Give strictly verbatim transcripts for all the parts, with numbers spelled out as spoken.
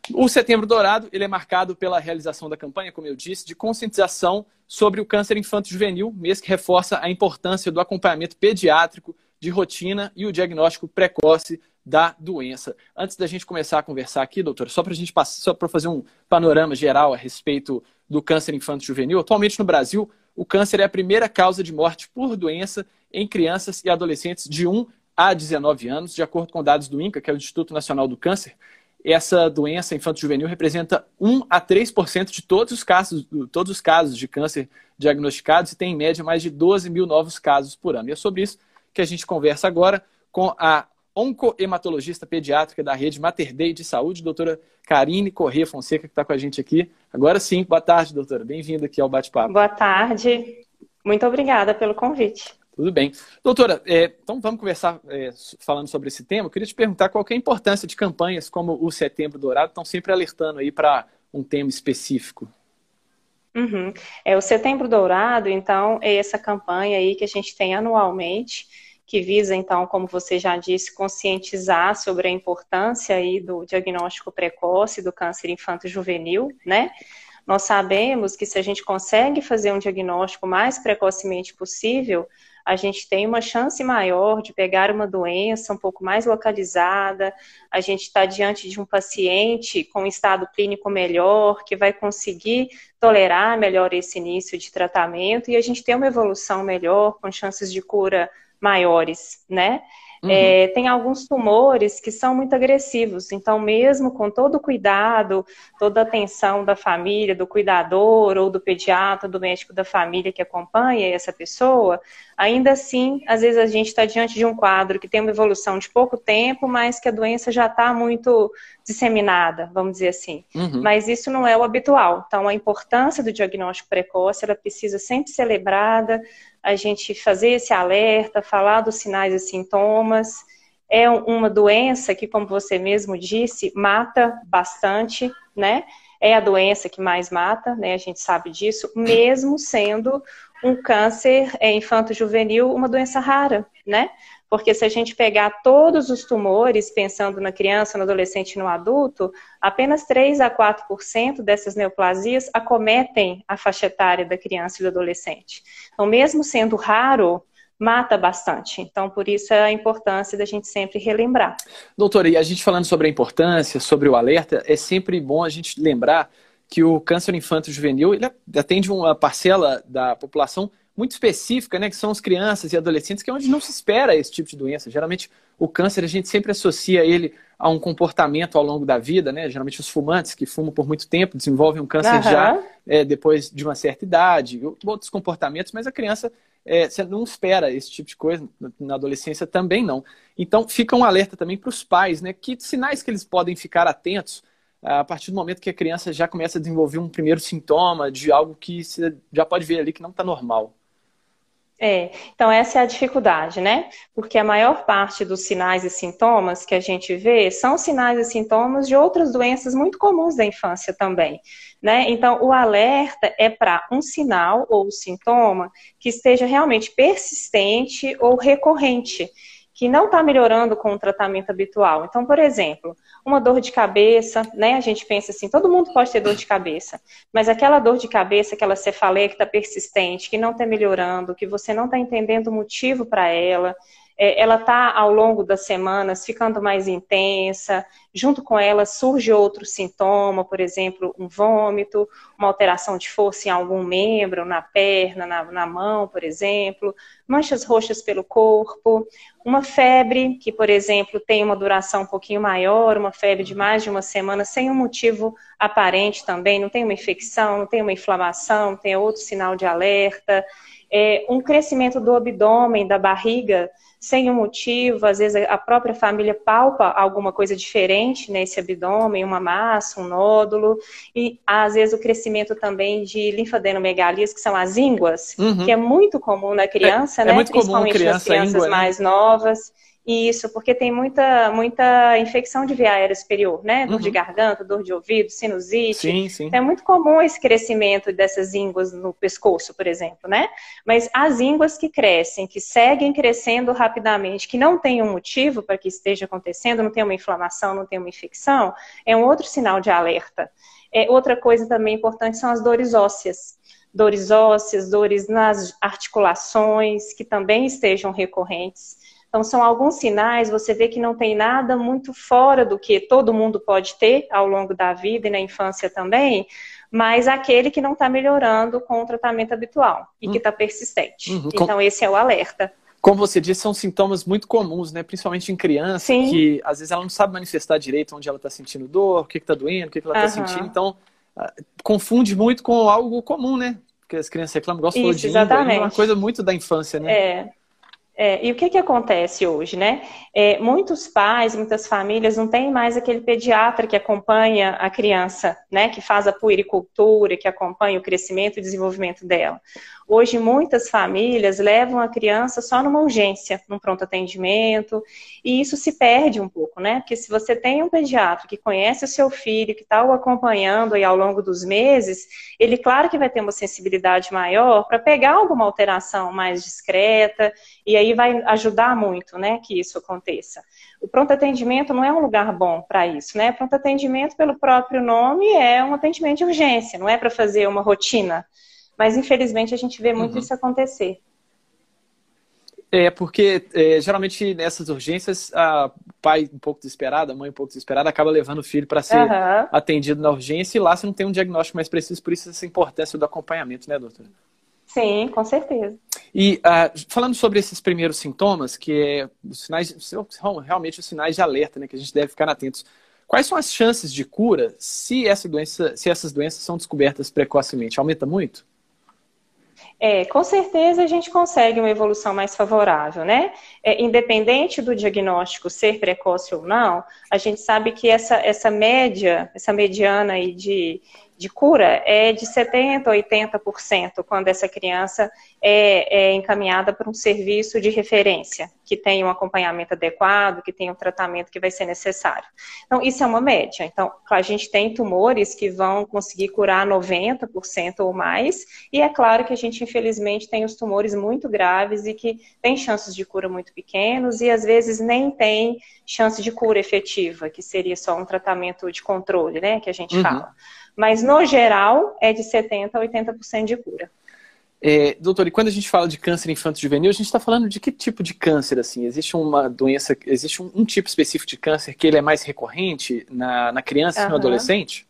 O Setembro Dourado ele é marcado pela realização da campanha, como eu disse, de conscientização sobre o câncer infanto-juvenil, mês que reforça a importância do acompanhamento pediátrico de rotina e o diagnóstico precoce da doença. Antes da gente começar a conversar aqui, doutora, só para a gente passar, só para fazer um panorama geral a respeito do câncer infanto-juvenil, atualmente no Brasil, o câncer é a primeira causa de morte por doença em crianças e adolescentes de um a dezenove anos, de acordo com dados do INCA, que é o Instituto Nacional do Câncer. Essa doença infanto-juvenil representa um a três por cento de todos os casos, todos os casos de câncer diagnosticados e tem, em média, mais de doze mil novos casos por ano. E é sobre isso que a gente conversa agora com a oncohematologista pediátrica da rede Mater Dei de Saúde, doutora Karine Corrêa Fonseca, que está com a gente aqui. Agora sim, boa tarde, doutora. Bem-vinda aqui ao bate-papo. Boa tarde. Muito obrigada pelo convite. Tudo bem. Doutora, é, então vamos conversar é, falando sobre esse tema. Eu queria te perguntar qual que é a importância de campanhas como o Setembro Dourado, estão sempre alertando aí para um tema específico. Uhum. É, o Setembro Dourado, então, é essa campanha aí que a gente tem anualmente, que visa, então, como você já disse, conscientizar sobre a importância aí do diagnóstico precoce do câncer infanto-juvenil, né? Nós sabemos que se a gente consegue fazer um diagnóstico mais precocemente possível, a gente tem uma chance maior de pegar uma doença um pouco mais localizada, a gente está diante de um paciente com um estado clínico melhor, que vai conseguir tolerar melhor esse início de tratamento e a gente tem uma evolução melhor, com chances de cura maiores, né? Uhum. É, tem alguns tumores que são muito agressivos, então mesmo com todo o cuidado, toda a atenção da família, do cuidador ou do pediatra, do médico da família que acompanha essa pessoa, ainda assim, às vezes a gente está diante de um quadro que tem uma evolução de pouco tempo, mas que a doença já está muito disseminada, vamos dizer assim. Uhum. Mas isso não é o habitual, então a importância do diagnóstico precoce, ela precisa sempre ser lembrada, a gente fazer esse alerta, falar dos sinais e sintomas. É uma doença que, como você mesmo disse, mata bastante, né? É a doença que mais mata, né? A gente sabe disso, mesmo sendo um câncer infanto-juvenil uma doença rara, né? Porque se a gente pegar todos os tumores, pensando na criança, no adolescente e no adulto, apenas três a quatro por cento dessas neoplasias acometem a faixa etária da criança e do adolescente. Então, mesmo sendo raro, mata bastante. Então, por isso a importância da gente sempre relembrar. Doutora, e a gente falando sobre a importância, sobre o alerta, é sempre bom a gente lembrar que o câncer infanto-juvenil ele atende uma parcela da população muito específica, né, que são as crianças e adolescentes, que é onde não se espera esse tipo de doença. Geralmente, o câncer, a gente sempre associa ele a um comportamento ao longo da vida, né? Geralmente, os fumantes que fumam por muito tempo desenvolvem um câncer uhum. já é, depois de uma certa idade, outros comportamentos, mas a criança é, você não espera esse tipo de coisa, na adolescência também não. Então, fica um alerta também para os pais, né? Que sinais que eles podem ficar atentos a partir do momento que a criança já começa a desenvolver um primeiro sintoma de algo que você já pode ver ali que não está normal. É, então essa é a dificuldade, né? Porque a maior parte dos sinais e sintomas que a gente vê são sinais e sintomas de outras doenças muito comuns da infância também, né? Então o alerta é para um sinal ou sintoma que esteja realmente persistente ou recorrente, que não está melhorando com o tratamento habitual. Então, por exemplo, uma dor de cabeça, né? A gente pensa assim, todo mundo pode ter dor de cabeça, mas aquela dor de cabeça, aquela cefaleia que está persistente, que não está melhorando, que você não está entendendo o motivo para ela, é, ela está ao longo das semanas ficando mais intensa, junto com ela surge outro sintoma, por exemplo, um vômito, uma alteração de força em algum membro, na perna, na, na mão, por exemplo, manchas roxas pelo corpo, uma febre que, por exemplo, tem uma duração um pouquinho maior, uma febre de mais de uma semana, sem um motivo aparente também, não tem uma infecção, não tem uma inflamação, não tem outro sinal de alerta, é, um crescimento do abdômen, da barriga, sem um motivo, às vezes a própria família palpa alguma coisa diferente nesse abdômen, uma massa, um nódulo, e às vezes o crescimento também de linfadenomegalias, que são as ínguas, uhum. que é muito comum na criança, é, né? É muito comum principalmente criança, nas crianças íngua, mais né? novas. Isso, porque tem muita, muita infecção de via aérea superior, né? Dor Uhum. de garganta, dor de ouvido, sinusite. Sim, sim. Então, é muito comum esse crescimento dessas ínguas no pescoço, por exemplo, né? Mas as ínguas que crescem, que seguem crescendo rapidamente, que não tem um motivo para que esteja acontecendo, não tem uma inflamação, não tem uma infecção, é um outro sinal de alerta. É, outra coisa também importante são as dores ósseas. Dores ósseas, dores nas articulações, que também estejam recorrentes. Então, são alguns sinais, você vê que não tem nada muito fora do que todo mundo pode ter ao longo da vida e na infância também, mas aquele que não está melhorando com o tratamento habitual e que está persistente. Uhum. Então, esse é o alerta. Como você disse, são sintomas muito comuns, né? Principalmente em criança, Sim. que às vezes ela não sabe manifestar direito onde ela está sentindo dor, o que está doendo, o que, que ela está Uhum. sentindo. Então, uh, confunde muito com algo comum, né? Porque as crianças reclamam, igual você falou de íngua, exatamente. é uma coisa muito da infância, né? É. É, e o que, que acontece hoje, né? É, muitos pais, muitas famílias não têm mais aquele pediatra que acompanha a criança, né? Que faz a puericultura, que acompanha o crescimento e o desenvolvimento dela. Hoje, muitas famílias levam a criança só numa urgência, num pronto atendimento, e isso se perde um pouco, né? Porque se você tem um pediatra que conhece o seu filho, que está o acompanhando aí ao longo dos meses, ele, claro que vai ter uma sensibilidade maior para pegar alguma alteração mais discreta, e aí vai ajudar muito, né, que isso aconteça. O pronto atendimento não é um lugar bom para isso, né? Pronto atendimento, pelo próprio nome, é um atendimento de urgência, não é para fazer uma rotina. Mas, infelizmente, a gente vê muito uhum. isso acontecer. É, porque é, geralmente nessas urgências, a, o pai um pouco desesperado, a mãe um pouco desesperada, acaba levando o filho para ser uhum. atendido na urgência, e lá você não tem um diagnóstico mais preciso, por isso essa importância do acompanhamento, né, doutora? Sim, com certeza. E uh, falando sobre esses primeiros sintomas, que é os sinais, são realmente os sinais de alerta, né, que a gente deve ficar atentos. Quais são as chances de cura se, essa doença, se essas doenças são descobertas precocemente? Aumenta muito? É, com certeza a gente consegue uma evolução mais favorável, né? É, independente do diagnóstico ser precoce ou não, a gente sabe que essa, essa média, essa mediana aí de, de cura é de setenta por cento, oitenta por cento quando essa criança é, é encaminhada para um serviço de referência, que tem um acompanhamento adequado, que tem um tratamento que vai ser necessário. Então, isso é uma média. Então, a gente tem tumores que vão conseguir curar noventa por cento ou mais, e é claro que a gente, infelizmente, tem os tumores muito graves e que tem chances de cura muito pequenos e, às vezes, nem tem chance de cura efetiva, que seria só um tratamento de controle, né, que a gente uhum. fala. Mas, no geral, é de setenta por cento a oitenta por cento de cura. É, doutor, e quando a gente fala de câncer infanto-juvenil, a gente está falando de que tipo de câncer, assim? Existe uma doença, existe um, um tipo específico de câncer que ele é mais recorrente na, na criança e uhum. no adolescente?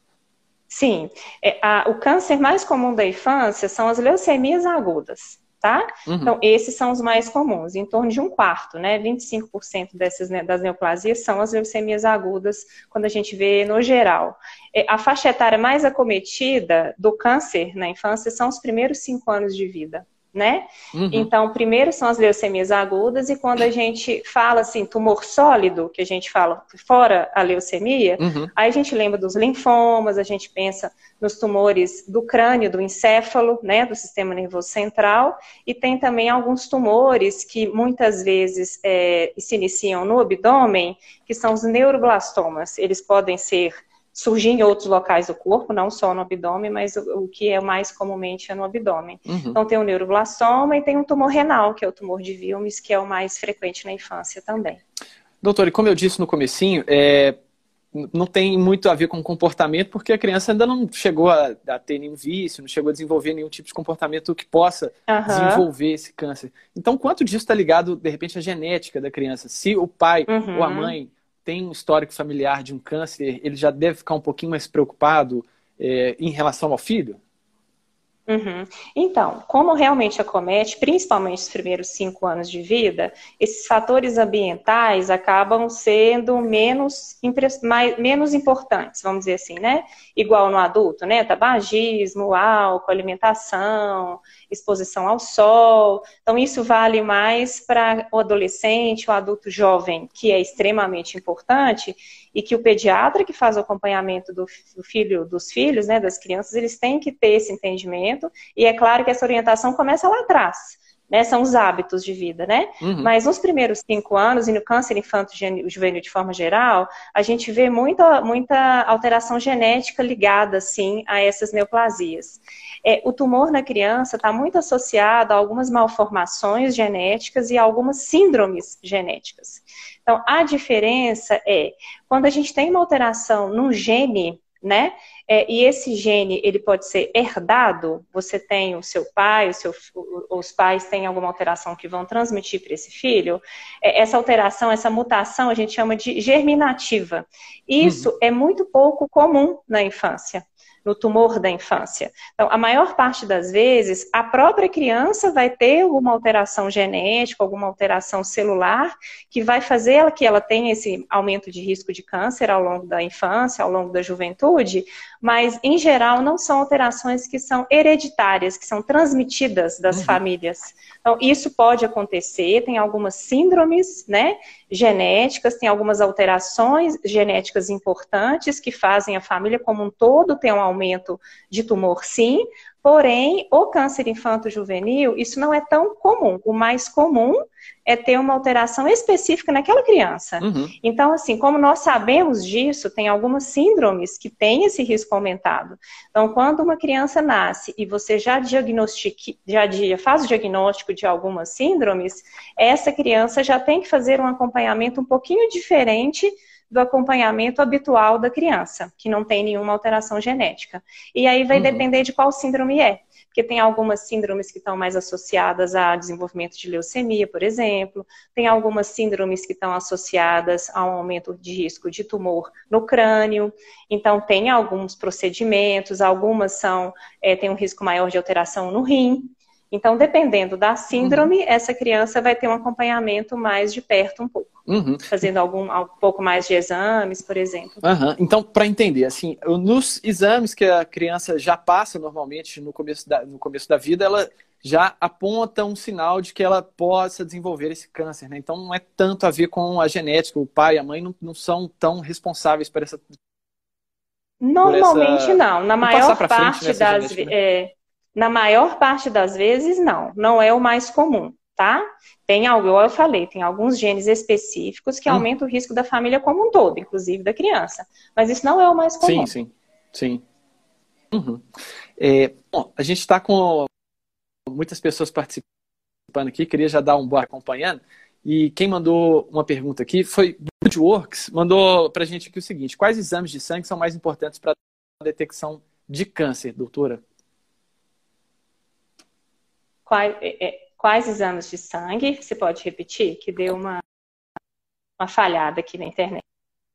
Sim. É, a, o câncer mais comum da infância são as leucemias agudas, tá? Uhum. Então, esses são os mais comuns, em torno de um quarto, né? vinte e cinco por cento dessas, né, das neoplasias são as leucemias agudas, quando a gente vê no geral. A faixa etária mais acometida do câncer na infância são os primeiros cinco anos de vida, né? Uhum. Então, primeiro são as leucemias agudas, e quando a gente fala assim, tumor sólido, que a gente fala fora a leucemia, uhum. aí a gente lembra dos linfomas, a gente pensa nos tumores do crânio, do encéfalo, né, do sistema nervoso central, e tem também alguns tumores que muitas vezes é, se iniciam no abdômen, que são os neuroblastomas. Eles podem ser surgir em outros locais do corpo, não só no abdômen, mas o, o que é mais comumente é no abdômen. Uhum. Então tem o neuroblastoma e tem o tumor renal, que é o tumor de Wilms, que é o mais frequente na infância também. Doutor, e como eu disse no comecinho, é, não tem muito a ver com comportamento, porque a criança ainda não chegou a, a ter nenhum vício, não chegou a desenvolver nenhum tipo de comportamento que possa uhum. desenvolver esse câncer. Então, quanto disso está ligado, de repente, à genética da criança? Se o pai uhum. ou a mãe tem um histórico familiar de um câncer, ele já deve ficar um pouquinho mais preocupado é, em relação ao filho? Uhum. Então, como realmente acomete, principalmente os primeiros cinco anos de vida, esses fatores ambientais acabam sendo menos, mais, menos importantes, vamos dizer assim, né? Igual no adulto, né? Tabagismo, álcool, alimentação, exposição ao sol. Então, isso vale mais para o adolescente, o adulto jovem, que é extremamente importante, e que o pediatra que faz o acompanhamento do, do filho, dos filhos, né, das crianças, eles têm que ter esse entendimento, e é claro que essa orientação começa lá atrás, né? São os hábitos de vida, né? Uhum. Mas nos primeiros cinco anos, e no câncer infanto-juvenil de forma geral, a gente vê muita, muita alteração genética ligada, assim, a essas neoplasias. É, o tumor na criança está muito associado a algumas malformações genéticas e a algumas síndromes genéticas. Então, a diferença é, quando a gente tem uma alteração num gene, né? É, e esse gene, ele pode ser herdado, você tem o seu pai, o seu, os pais têm alguma alteração que vão transmitir para esse filho, é, essa alteração, essa mutação, a gente chama de germinativa. Isso uhum. é muito pouco comum na infância, no tumor da infância. Então, a maior parte das vezes, a própria criança vai ter alguma alteração genética, alguma alteração celular, que vai fazer ela, que ela tenha esse aumento de risco de câncer ao longo da infância, ao longo da juventude, mas, em geral, não são alterações que são hereditárias, que são transmitidas das uhum. famílias. Então, isso pode acontecer, tem algumas síndromes, né, genéticas, tem algumas alterações genéticas importantes que fazem a família como um todo ter um aumento de tumor, sim, porém, o câncer infanto-juvenil, isso não é tão comum. O mais comum é ter uma alteração específica naquela criança. Uhum. Então, assim, como nós sabemos disso, tem algumas síndromes que têm esse risco aumentado. Então, quando uma criança nasce e você já diagnostica, já faz o diagnóstico de algumas síndromes, essa criança já tem que fazer um acompanhamento um pouquinho diferente do acompanhamento habitual da criança, que não tem nenhuma alteração genética. E aí vai uhum. depender de qual síndrome é. Porque tem algumas síndromes que estão mais associadas a desenvolvimento de leucemia, por exemplo. Tem algumas síndromes que estão associadas a um aumento de risco de tumor no crânio. Então, tem alguns procedimentos, algumas são, é, tem um risco maior de alteração no rim. Então, dependendo da síndrome, uhum. essa criança vai ter um acompanhamento mais de perto um pouco. Uhum. Fazendo algum, um pouco mais de exames, por exemplo. Uhum. Então, para entender, assim, nos exames que a criança já passa normalmente no começo, da, no começo da vida, ela já aponta um sinal de que ela possa desenvolver esse câncer, né? Então, não é tanto a ver com a genética. O pai e a mãe não, não são tão responsáveis por essa... Normalmente por essa... não. Na maior parte frente, das... genética, né? é... Na maior parte das vezes, não. Não é o mais comum, tá? Tem algo, eu falei, tem alguns genes específicos que hum. aumentam o risco da família como um todo, inclusive da criança. Mas isso não é o mais comum. Sim, sim, sim. Uhum. É, bom, a gente está com muitas pessoas participando aqui, queria já dar um boa acompanhando. E quem mandou uma pergunta aqui foi Bloodworks, mandou pra gente aqui o seguinte: quais exames de sangue são mais importantes para a detecção de câncer, doutora? Quais, é, quais exames de sangue? Você pode repetir? Que deu uma, uma falhada aqui na internet.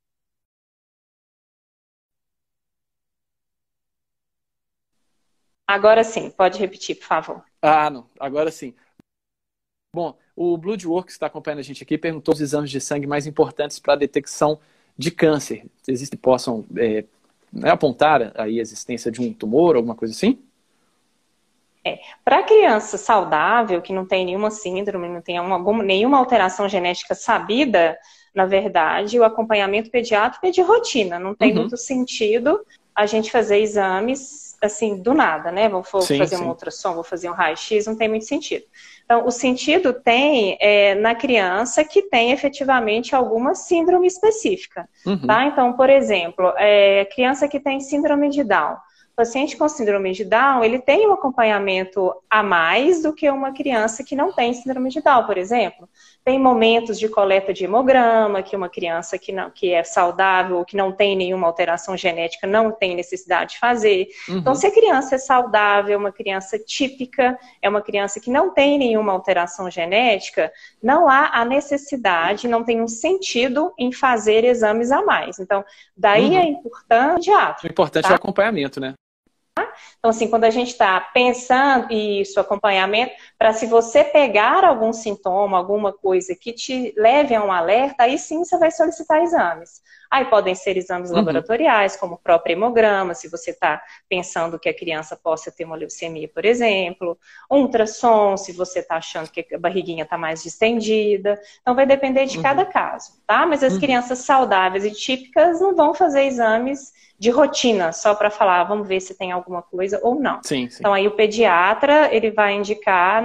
Agora sim, pode repetir, por favor. Ah, não. Agora sim. Bom, o Bloodworks está acompanhando a gente aqui, perguntou os exames de sangue mais importantes para a detecção de câncer. Existem, possam é, apontar aí a existência de um tumor, alguma coisa assim? É, para criança saudável, que não tem nenhuma síndrome, não tem alguma, nenhuma alteração genética sabida, na verdade, o acompanhamento pediátrico é de rotina. Não tem uhum. muito sentido a gente fazer exames assim, do nada, né? Vou sim, fazer sim. um ultrassom, vou fazer um raio-x, não tem muito sentido. Então, o sentido tem é, na criança que tem efetivamente alguma síndrome específica. Uhum. Tá? Então, por exemplo, é, criança que tem síndrome de Down. O paciente com síndrome de Down, ele tem um acompanhamento a mais do que uma criança que não tem síndrome de Down, por exemplo. Tem momentos de coleta de hemograma, que uma criança que, não, que é saudável ou que não tem nenhuma alteração genética não tem necessidade de fazer. Uhum. Então, se a criança é saudável, é uma criança típica, é uma criança que não tem nenhuma alteração genética, não há a necessidade, não tem um sentido em fazer exames a mais. Então, daí uhum. é importante... O importante tá? é o acompanhamento, né? Então, assim, quando a gente está pensando isso, acompanhamento, para se você pegar algum sintoma, alguma coisa que te leve a um alerta, aí sim você vai solicitar exames. Aí podem ser exames uhum. laboratoriais, como o próprio hemograma, se você está pensando que a criança possa ter uma leucemia, por exemplo. Um ultrassom, se você está achando que a barriguinha está mais distendida. Então, vai depender de uhum. cada caso, tá? Mas as uhum. crianças saudáveis e típicas não vão fazer exames de rotina, só para falar, vamos ver se tem alguma coisa ou não. Sim, sim. Então, aí o pediatra, ele vai indicar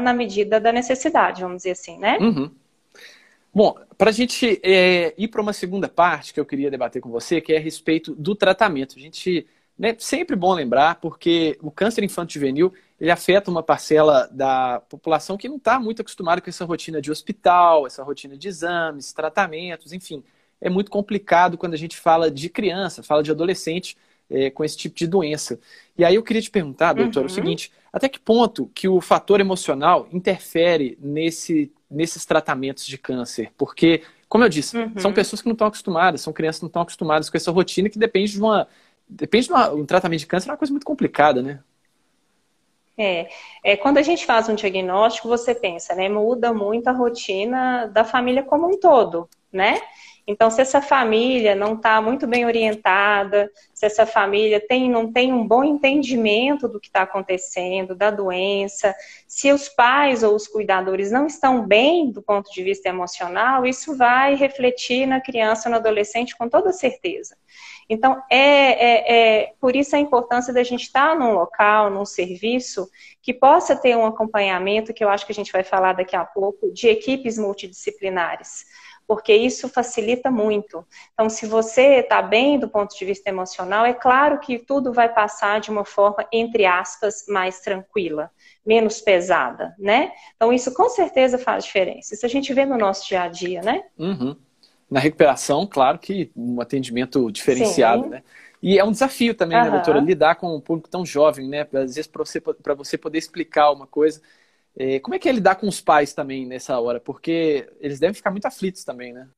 na medida da necessidade, vamos dizer assim, né? Uhum. Bom, para a gente é, ir para uma segunda parte que eu queria debater com você, que é a respeito do tratamento. A gente, né, sempre bom lembrar, porque o câncer infanto-juvenil, ele afeta uma parcela da população que não está muito acostumada com essa rotina de hospital, essa rotina de exames, tratamentos, enfim. É muito complicado quando a gente fala de criança, fala de adolescente é, com esse tipo de doença. E aí eu queria te perguntar, doutora, uhum. o seguinte, até que ponto que o fator emocional interfere nesse nesses tratamentos de câncer? Porque, como eu disse, uhum. são pessoas que não estão acostumadas, são crianças que não estão acostumadas com essa rotina que depende de uma... Depende de uma, um tratamento de câncer é uma coisa muito complicada, né? É, é, quando a gente faz um diagnóstico, você pensa, né? Muda muito a rotina da família como um todo, né? Então, se essa família não está muito bem orientada, se essa família tem, não tem um bom entendimento do que está acontecendo, da doença, se os pais ou os cuidadores não estão bem do ponto de vista emocional, isso vai refletir na criança ou no adolescente com toda certeza. Então, é, é, é por isso a importância da gente estar num local, num serviço, que possa ter um acompanhamento, que eu acho que a gente vai falar daqui a pouco, de equipes multidisciplinares. Porque isso facilita muito. Então, se você está bem do ponto de vista emocional, é claro que tudo vai passar de uma forma, entre aspas, mais tranquila, menos pesada, né? Então, isso com certeza faz diferença. Isso a gente vê no nosso dia a dia, né? Uhum. Na recuperação, claro que um atendimento diferenciado, Sim. né? E é um desafio também, uhum. né, doutora, lidar com um público tão jovem, né? Às vezes, para você, para você poder explicar uma coisa... É, como é que é lidar com os pais também nessa hora? Porque eles devem ficar muito aflitos também, né?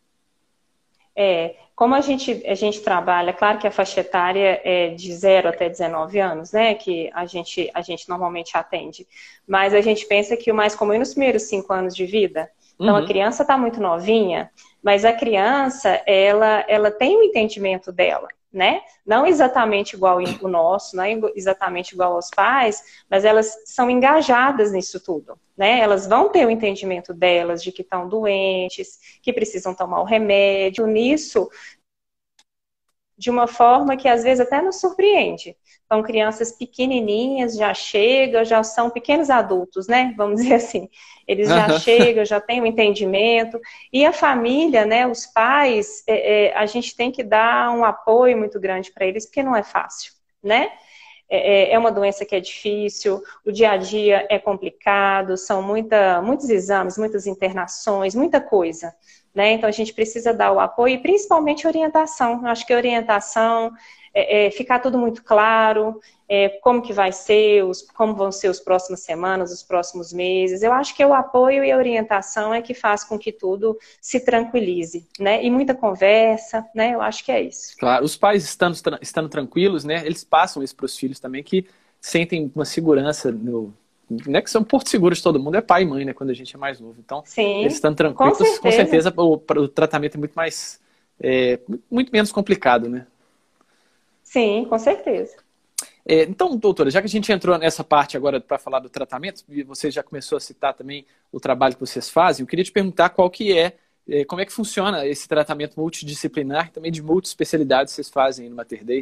É, como a gente, a gente trabalha, claro que a faixa etária é de zero até dezenove anos, né? Que a gente, a gente normalmente atende. Mas a gente pensa que o mais comum é nos primeiros cinco anos de vida. Então, uhum. a criança está muito novinha, mas a criança, ela, ela tem o entendimento dela, né? Não exatamente igual o nosso, não é exatamente igual aos pais, mas elas são engajadas nisso tudo, né? Elas vão ter o entendimento delas de que estão doentes, que precisam tomar o remédio, nisso de uma forma que às vezes até nos surpreende. São crianças pequenininhas, já chegam, já são pequenos adultos, né? Vamos dizer assim. Eles já uhum. chegam, já têm um entendimento. E a família, né? Os pais, é, é, a gente tem que dar um apoio muito grande para eles, porque não é fácil, né? É, é uma doença que é difícil, o dia a dia é complicado, são muita, muitos exames, muitas internações, muita coisa. Né? Então, a gente precisa dar o apoio e principalmente orientação. Eu acho que a orientação, é, é, ficar tudo muito claro, é, como que vai ser, os, como vão ser as próximas semanas, os próximos meses. Eu acho que o apoio e a orientação é que faz com que tudo se tranquilize, né? E muita conversa, né? Eu acho que é isso. Claro, os pais estando, estando tranquilos, né? Eles passam isso para os filhos também, que sentem uma segurança no... Não é que são porto seguro de todo mundo, é pai e mãe, né? Quando a gente é mais novo. Então, Sim, eles estão tranquilos, com certeza, com certeza o, o tratamento é muito mais, é, muito menos complicado, né? Sim, com certeza. É, então, doutora, já que a gente entrou nessa parte agora para falar do tratamento, e você já começou a citar também o trabalho que vocês fazem, eu queria te perguntar qual que é, é como é que funciona esse tratamento multidisciplinar e também de multiespecialidades que vocês fazem no Mater Dei.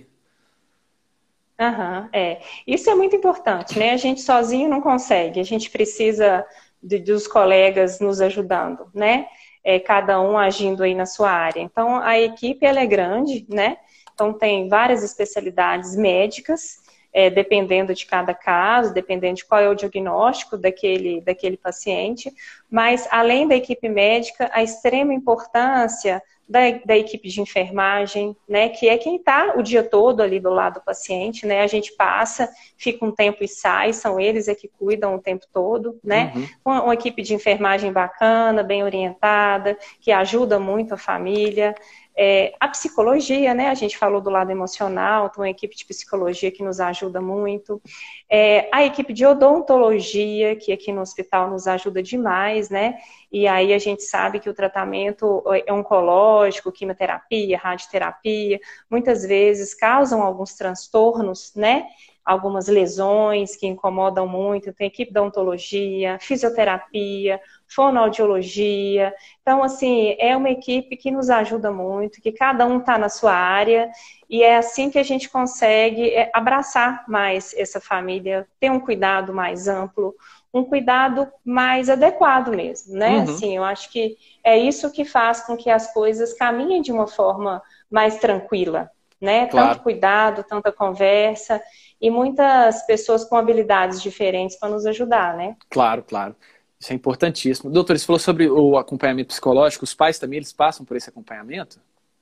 Aham, é. Isso é muito importante, né? A gente sozinho não consegue, a gente precisa de, dos colegas nos ajudando, né? É, cada um agindo aí na sua área. Então, a equipe, ela é grande, né? Então, tem várias especialidades médicas, é, dependendo de cada caso, dependendo de qual é o diagnóstico daquele, daquele paciente, mas, além da equipe médica, a extrema importância Da, da equipe de enfermagem, né, que é quem está o dia todo ali do lado do paciente, né, a gente passa, fica um tempo e sai, são eles é que cuidam o tempo todo, né, uhum. uma, uma equipe de enfermagem bacana, bem orientada, que ajuda muito a família, é, a psicologia, né, a gente falou do lado emocional, então uma equipe de psicologia que nos ajuda muito, é, a equipe de odontologia, que aqui no hospital nos ajuda demais, né, e aí a gente sabe que o tratamento oncológico, quimioterapia, radioterapia, muitas vezes causam alguns transtornos, né? algumas lesões que incomodam muito, tem equipe da odontologia, fisioterapia, fonoaudiologia. Então, assim, é uma equipe que nos ajuda muito, que cada um está na sua área, e é assim que a gente consegue abraçar mais essa família, ter um cuidado mais amplo, um cuidado mais adequado mesmo, né? Uhum. Assim, eu acho que é isso que faz com que as coisas caminhem de uma forma mais tranquila, né? Claro. Tanto cuidado, tanta conversa e muitas pessoas com habilidades diferentes para nos ajudar, né? Claro, claro. Isso é importantíssimo. Doutor, você falou sobre o acompanhamento psicológico. Os pais também, eles passam por esse acompanhamento?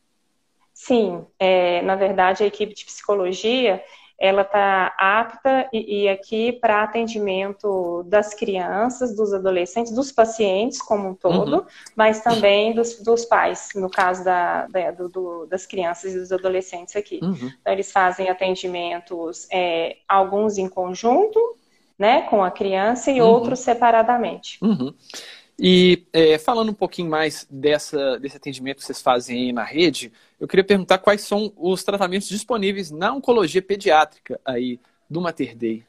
Sim. É, na verdade, a equipe de psicologia, ela está apta e, e aqui para atendimento das crianças, dos adolescentes, dos pacientes como um todo, uhum. mas também dos, dos pais, no caso da, da, do, do, das crianças e dos adolescentes aqui. Uhum. Então, eles fazem atendimentos, é, alguns em conjunto, né, com a criança e uhum. outros separadamente. Uhum. E é, falando um pouquinho mais dessa, desse atendimento que vocês fazem aí na rede, eu queria perguntar quais são os tratamentos disponíveis na oncologia pediátrica aí do Mater Dei.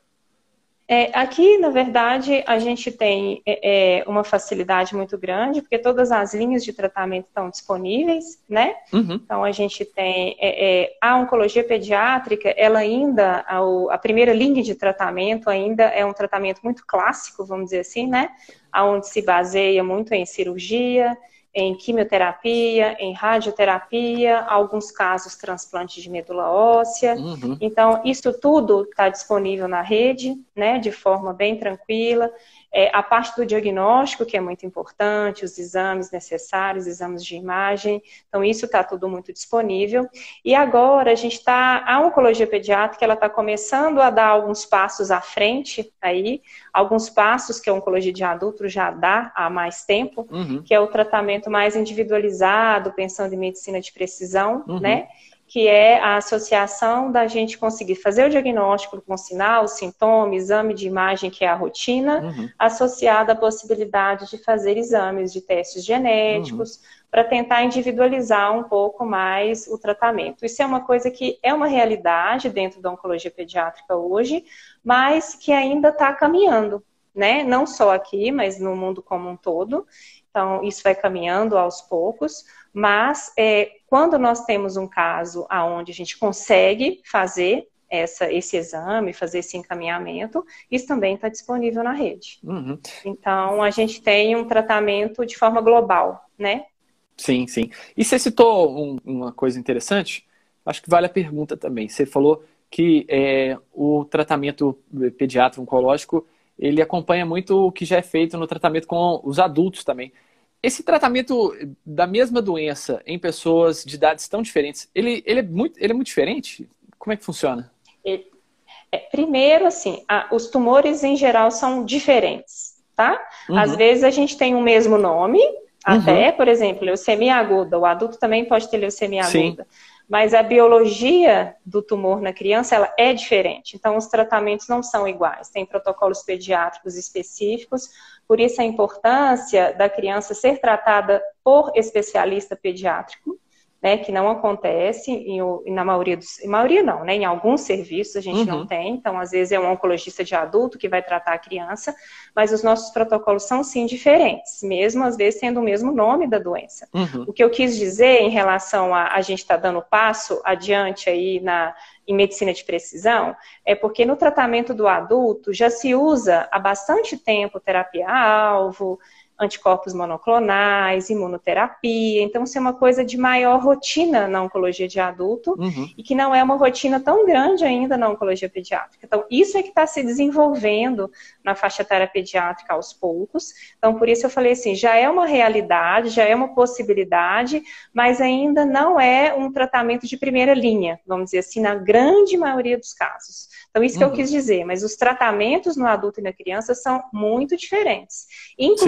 É, aqui, na verdade, a gente tem é, uma facilidade muito grande, porque todas as linhas de tratamento estão disponíveis, né? Uhum. Então, a gente tem é, é, a oncologia pediátrica, ela ainda, a, a primeira linha de tratamento ainda é um tratamento muito clássico, vamos dizer assim, né? Onde se baseia muito em cirurgia, em quimioterapia, em radioterapia, alguns casos transplante de medula óssea. Uhum. Então, isso tudo está disponível na rede, né, de forma bem tranquila. É, a parte do diagnóstico, que é muito importante, os exames necessários, exames de imagem, então isso está tudo muito disponível. E agora a gente está, a oncologia pediátrica, ela está começando a dar alguns passos à frente aí, alguns passos que a oncologia de adulto já dá há mais tempo, uhum. que é o tratamento mais individualizado, pensando em medicina de precisão, uhum. né? Que é a associação da gente conseguir fazer o diagnóstico com sinal, sintoma, exame de imagem, que é a rotina, uhum. associada à possibilidade de fazer exames de testes genéticos, uhum. para tentar individualizar um pouco mais o tratamento. Isso é uma coisa que é uma realidade dentro da oncologia pediátrica hoje, mas que ainda está caminhando, né? Não só aqui, mas no mundo como um todo. Então, isso vai caminhando aos poucos, mas é, quando nós temos um caso onde a gente consegue fazer essa, esse exame, fazer esse encaminhamento, isso também está disponível na rede. Uhum. Então, a gente tem um tratamento de forma global, né? Sim, sim. E você citou um, uma coisa interessante, acho que vale a pergunta também. Você falou que é, o tratamento pediátrico oncológico, ele acompanha muito o que já é feito no tratamento com os adultos também. Esse tratamento da mesma doença em pessoas de idades tão diferentes, ele, ele, é, muito, ele é muito diferente? Como é que funciona? É, é, primeiro, assim, a, os tumores em geral são diferentes, tá? Uhum. Às vezes a gente tem o mesmo nome, até, uhum. por exemplo, leucemia aguda. O adulto também pode ter leucemia Sim. aguda. Mas a biologia do tumor na criança, ela é diferente. Então, os tratamentos não são iguais. Tem protocolos pediátricos específicos. Por isso, a importância da criança ser tratada por especialista pediátrico, né, que não acontece em, na maioria dos... Em maioria não, né? Em alguns serviços a gente uhum. não tem. Então, às vezes, é um oncologista de adulto que vai tratar a criança. Mas os nossos protocolos são, sim, diferentes. Mesmo, às vezes, tendo o mesmo nome da doença. Uhum. O que eu quis dizer em relação a a gente estar tá dando passo adiante aí na, em medicina de precisão, é porque no tratamento do adulto já se usa há bastante tempo terapia-alvo, anticorpos monoclonais, imunoterapia. Então, isso é uma coisa de maior rotina na oncologia de adulto uhum. e que não é uma rotina tão grande ainda na oncologia pediátrica. Então, isso é que está se desenvolvendo na faixa etária pediátrica aos poucos. Então, por isso eu falei assim, já é uma realidade, já é uma possibilidade, mas ainda não é um tratamento de primeira linha, vamos dizer assim, na grande maioria dos casos. Então, isso que uhum. eu quis dizer, mas os tratamentos no adulto e na criança são muito diferentes. Inclusive, Sim.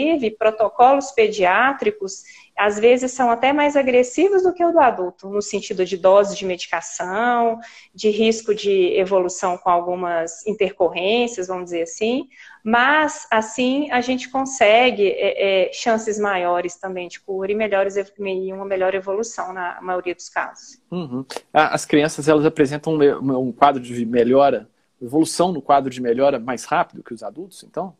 inclusive, protocolos pediátricos, às vezes são até mais agressivos do que o do adulto, no sentido de dose de medicação, de risco de evolução com algumas intercorrências, vamos dizer assim, mas, assim, a gente consegue é, é, chances maiores também de cura e, melhores, e uma melhor evolução na maioria dos casos. Uhum. As crianças, elas apresentam um, um quadro de melhora, evolução no quadro de melhora mais rápido que os adultos, então?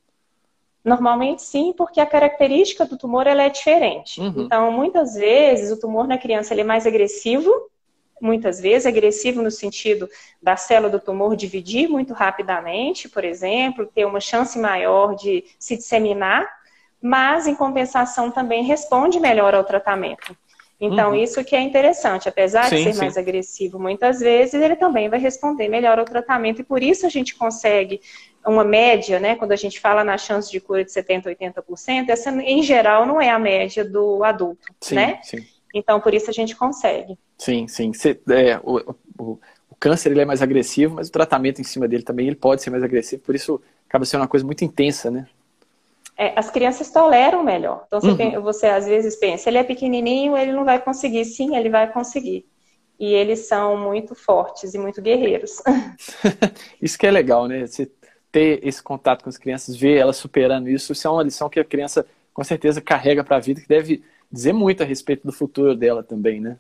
Normalmente sim, porque a característica do tumor ela é diferente. Uhum. Então, muitas vezes, o tumor na criança ele é mais agressivo, muitas vezes agressivo no sentido da célula do tumor dividir muito rapidamente, por exemplo, ter uma chance maior de se disseminar, mas, em compensação, também responde melhor ao tratamento. Então, uhum. isso que é interessante. Apesar sim, de ser sim. mais agressivo muitas vezes, ele também vai responder melhor ao tratamento. E por isso a gente consegue uma média, né? Quando a gente fala na chance de cura de setenta por cento, oitenta por cento, essa, em geral, não é a média do adulto, sim, né? Sim. Então, por isso a gente consegue. Sim, sim. Cê, é, o, o, o câncer ele é mais agressivo, mas o tratamento em cima dele também ele pode ser mais agressivo. Por isso, acaba sendo uma coisa muito intensa, né? É, as crianças toleram melhor. Então, você, uhum. tem, você às vezes pensa, ele é pequenininho, ele não vai conseguir. Sim, ele vai conseguir. E eles são muito fortes e muito guerreiros. Isso que é legal, né? Você ter esse contato com as crianças, ver elas superando isso, isso é uma lição que a criança, com certeza, carrega para a vida, que deve dizer muito a respeito do futuro dela também, né?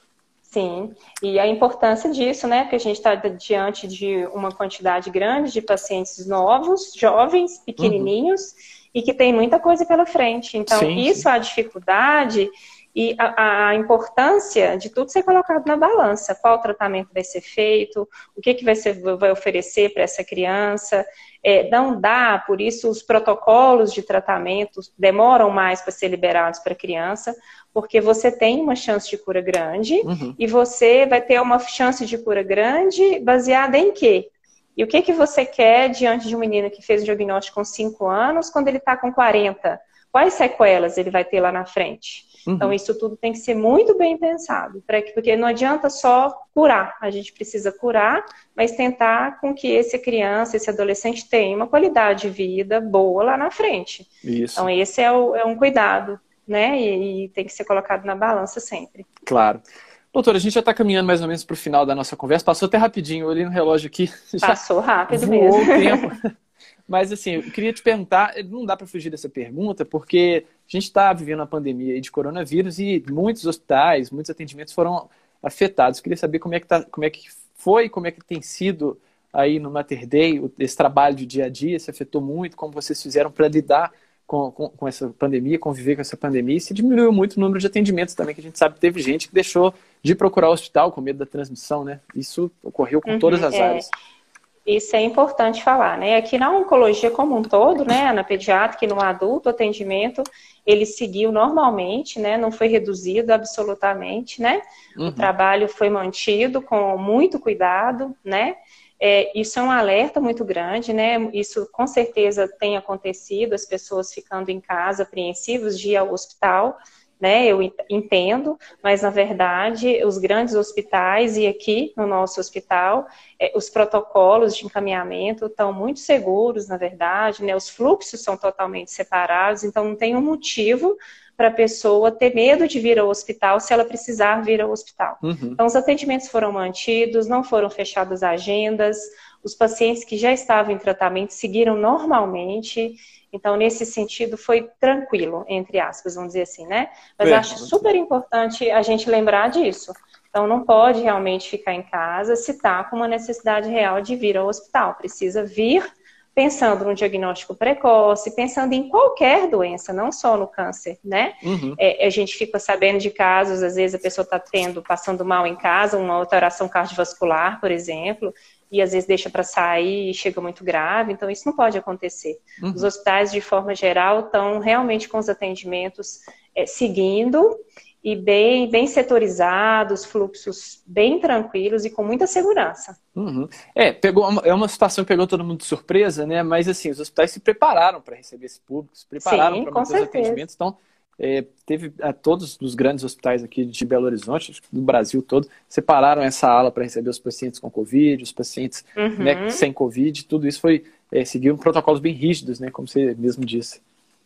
Sim, e a importância disso, né? Porque a gente está diante de uma quantidade grande de pacientes novos, jovens, pequenininhos, uhum. e que tem muita coisa pela frente. Então, sim, isso, sim. a dificuldade e a, a importância de tudo ser colocado na balança. Qual tratamento vai ser feito, o que, que vai, ser, vai oferecer para essa criança. É, não dá, por isso os protocolos de tratamento demoram mais para ser liberados para a criança, porque você tem uma chance de cura grande, uhum. e você vai ter uma chance de cura grande baseada em quê? E o que, que você quer diante de um menino que fez o diagnóstico com cinco anos, quando ele está com quarenta? Quais sequelas ele vai ter lá na frente? Uhum. Então, isso tudo tem que ser muito bem pensado, porque não adianta só curar. A gente precisa curar, mas tentar com que essa criança, esse adolescente tenha uma qualidade de vida boa lá na frente. Isso. Então, esse é, o, é um cuidado, né? E, e tem que ser colocado na balança sempre. Claro. Doutora, a gente já está caminhando mais ou menos para o final da nossa conversa. Passou até rapidinho, eu olhei no relógio aqui. Passou rápido voou mesmo. O tempo. Mas assim, eu queria te perguntar, não dá para fugir dessa pergunta, porque a gente está vivendo uma pandemia aí de coronavírus e muitos hospitais, muitos atendimentos foram afetados. Eu queria saber como é que, tá, como é que foi, como é que tem sido aí no Mater Dei, esse trabalho de dia a dia, se afetou muito, como vocês fizeram para lidar com, com, com essa pandemia, conviver com essa pandemia, e se diminuiu muito o número de atendimentos também, que a gente sabe que teve gente que deixou de procurar o hospital com medo da transmissão, né? Isso ocorreu com uhum, todas as é. áreas. Isso é importante falar, né? Aqui na oncologia como um todo, né? Na pediátrica e no adulto, o atendimento, ele seguiu normalmente, né? Não foi reduzido absolutamente, né? Uhum. O trabalho foi mantido com muito cuidado, né? É, isso é um alerta muito grande, né? Isso com certeza tem acontecido, as pessoas ficando em casa apreensivos de ir ao hospital, né, eu entendo, mas na verdade os grandes hospitais e aqui no nosso hospital, eh, os protocolos de encaminhamento estão muito seguros, na verdade, né, os fluxos são totalmente separados, então não tem um motivo para a pessoa ter medo de vir ao hospital se ela precisar vir ao hospital. Uhum. Então os atendimentos foram mantidos, não foram fechadas agendas, os pacientes que já estavam em tratamento seguiram normalmente. Então, nesse sentido, foi tranquilo, entre aspas, vamos dizer assim, né? Mas é, acho super importante a gente lembrar disso. Então, não pode realmente ficar em casa se está com uma necessidade real de vir ao hospital. Precisa vir pensando no diagnóstico precoce, pensando em qualquer doença, não só no câncer, né? Uhum. É, a gente fica sabendo de casos, às vezes a pessoa está tendo, passando mal em casa, uma alteração cardiovascular, por exemplo, e às vezes deixa para sair e chega muito grave, então isso não pode acontecer. Uhum. Os hospitais, de forma geral, estão realmente com os atendimentos é, seguindo e bem, bem setorizados, fluxos bem tranquilos e com muita segurança. Uhum. É, pegou uma, é uma situação que pegou todo mundo de surpresa, né? Mas assim, os hospitais se prepararam para receber esse público, se prepararam para manter os atendimentos, então É, teve a, todos os grandes hospitais aqui de Belo Horizonte, do Brasil todo, separaram essa ala para receber os pacientes com Covid, os pacientes uhum. né, sem Covid, tudo isso foi, é, seguiu protocolos bem rígidos, né, como você mesmo disse.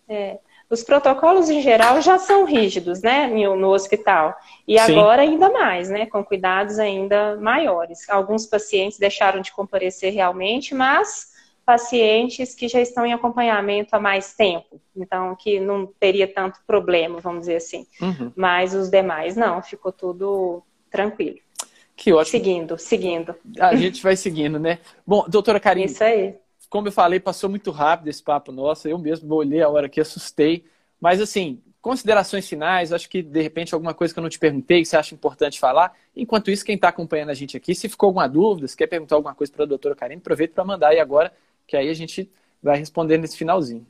É. Os protocolos, em geral, já são rígidos, né, no hospital. E Sim. agora ainda mais, né, com cuidados ainda maiores. Alguns pacientes deixaram de comparecer realmente, mas pacientes que já estão em acompanhamento há mais tempo. Então, que não teria tanto problema, vamos dizer assim. Uhum. Mas os demais, não, ficou tudo tranquilo. Que ótimo. Seguindo, seguindo. A gente vai seguindo, né? Bom, doutora Karine, isso aí. Como eu falei, passou muito rápido esse papo nosso. Eu mesmo olhei a hora que assustei. Mas, assim, considerações finais, acho que, de repente, alguma coisa que eu não te perguntei, que você acha importante falar. Enquanto isso, quem está acompanhando a gente aqui, se ficou alguma dúvida, se quer perguntar alguma coisa para a doutora Karine, aproveita para mandar aí agora, que aí a gente vai responder nesse finalzinho.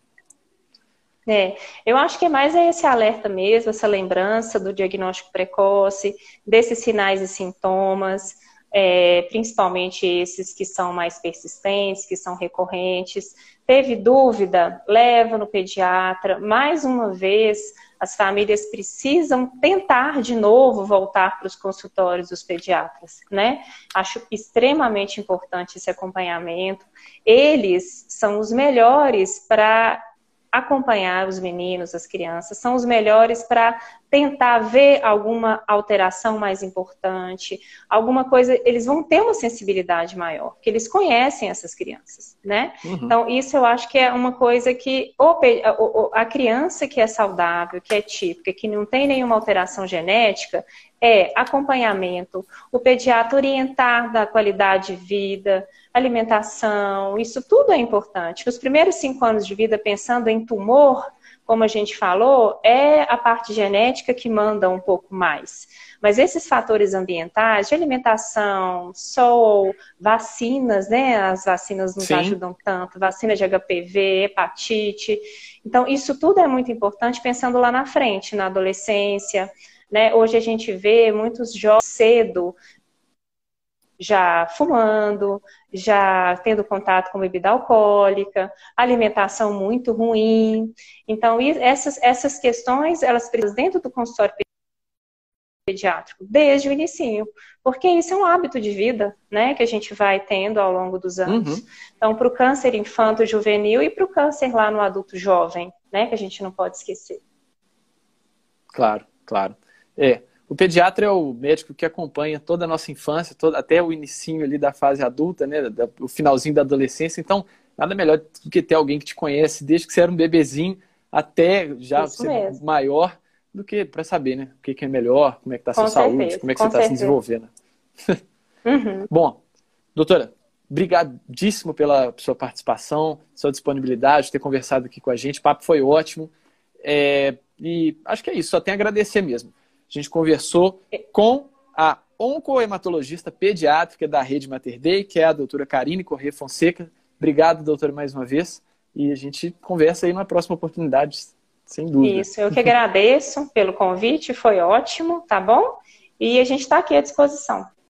É, eu acho que mais é esse alerta mesmo, essa lembrança do diagnóstico precoce, desses sinais e sintomas, é, principalmente esses que são mais persistentes, que são recorrentes. Teve dúvida? Leva no pediatra. Mais uma vez, as famílias precisam tentar de novo voltar para os consultórios dos pediatras, né? Acho extremamente importante esse acompanhamento. Eles são os melhores para acompanhar os meninos, as crianças, são os melhores para tentar ver alguma alteração mais importante, alguma coisa, eles vão ter uma sensibilidade maior, porque eles conhecem essas crianças, né? Uhum. Então, isso eu acho que é uma coisa que a criança que é saudável, que é típica, que não tem nenhuma alteração genética, é acompanhamento, o pediatra orientar da qualidade de vida, alimentação, isso tudo é importante. Nos primeiros cinco anos de vida, pensando em tumor, como a gente falou, é a parte genética que manda um pouco mais. Mas esses fatores ambientais, de alimentação, sol, vacinas, né? As vacinas nos Sim. ajudam tanto, vacina de H P V, hepatite. Então, isso tudo é muito importante pensando lá na frente, na adolescência, né? Hoje a gente vê muitos jovens cedo já fumando, já tendo contato com bebida alcoólica, alimentação muito ruim. Então, essas, essas questões, elas precisam dentro do consultório pediátrico, desde o inicinho, porque isso é um hábito de vida, né, que a gente vai tendo ao longo dos anos. Uhum. Então, para o câncer infanto-juvenil e para o câncer lá no adulto jovem, né, que a gente não pode esquecer. Claro, claro. É. O pediatra é o médico que acompanha toda a nossa infância, toda, até o inicinho ali da fase adulta, né, da, o finalzinho da adolescência. Então, nada melhor do que ter alguém que te conhece desde que você era um bebezinho até já Isso ser mesmo. maior, do que para saber, né, o que, que é melhor, como é que está a sua certeza, saúde, como é que você está se desenvolvendo. Uhum. Bom, doutora, brigadíssimo pela sua participação, sua disponibilidade, ter conversado aqui com a gente. O papo foi ótimo. É, e acho que é isso, só tenho a agradecer mesmo. A gente conversou com a oncohematologista pediátrica da Rede Mater Dei, que é a doutora Karine Corrêa Fonseca. Obrigado, doutora, mais uma vez. E a gente conversa aí numa próxima oportunidade, sem dúvida. Isso, eu que agradeço pelo convite, foi ótimo, tá bom? E a gente está aqui à disposição.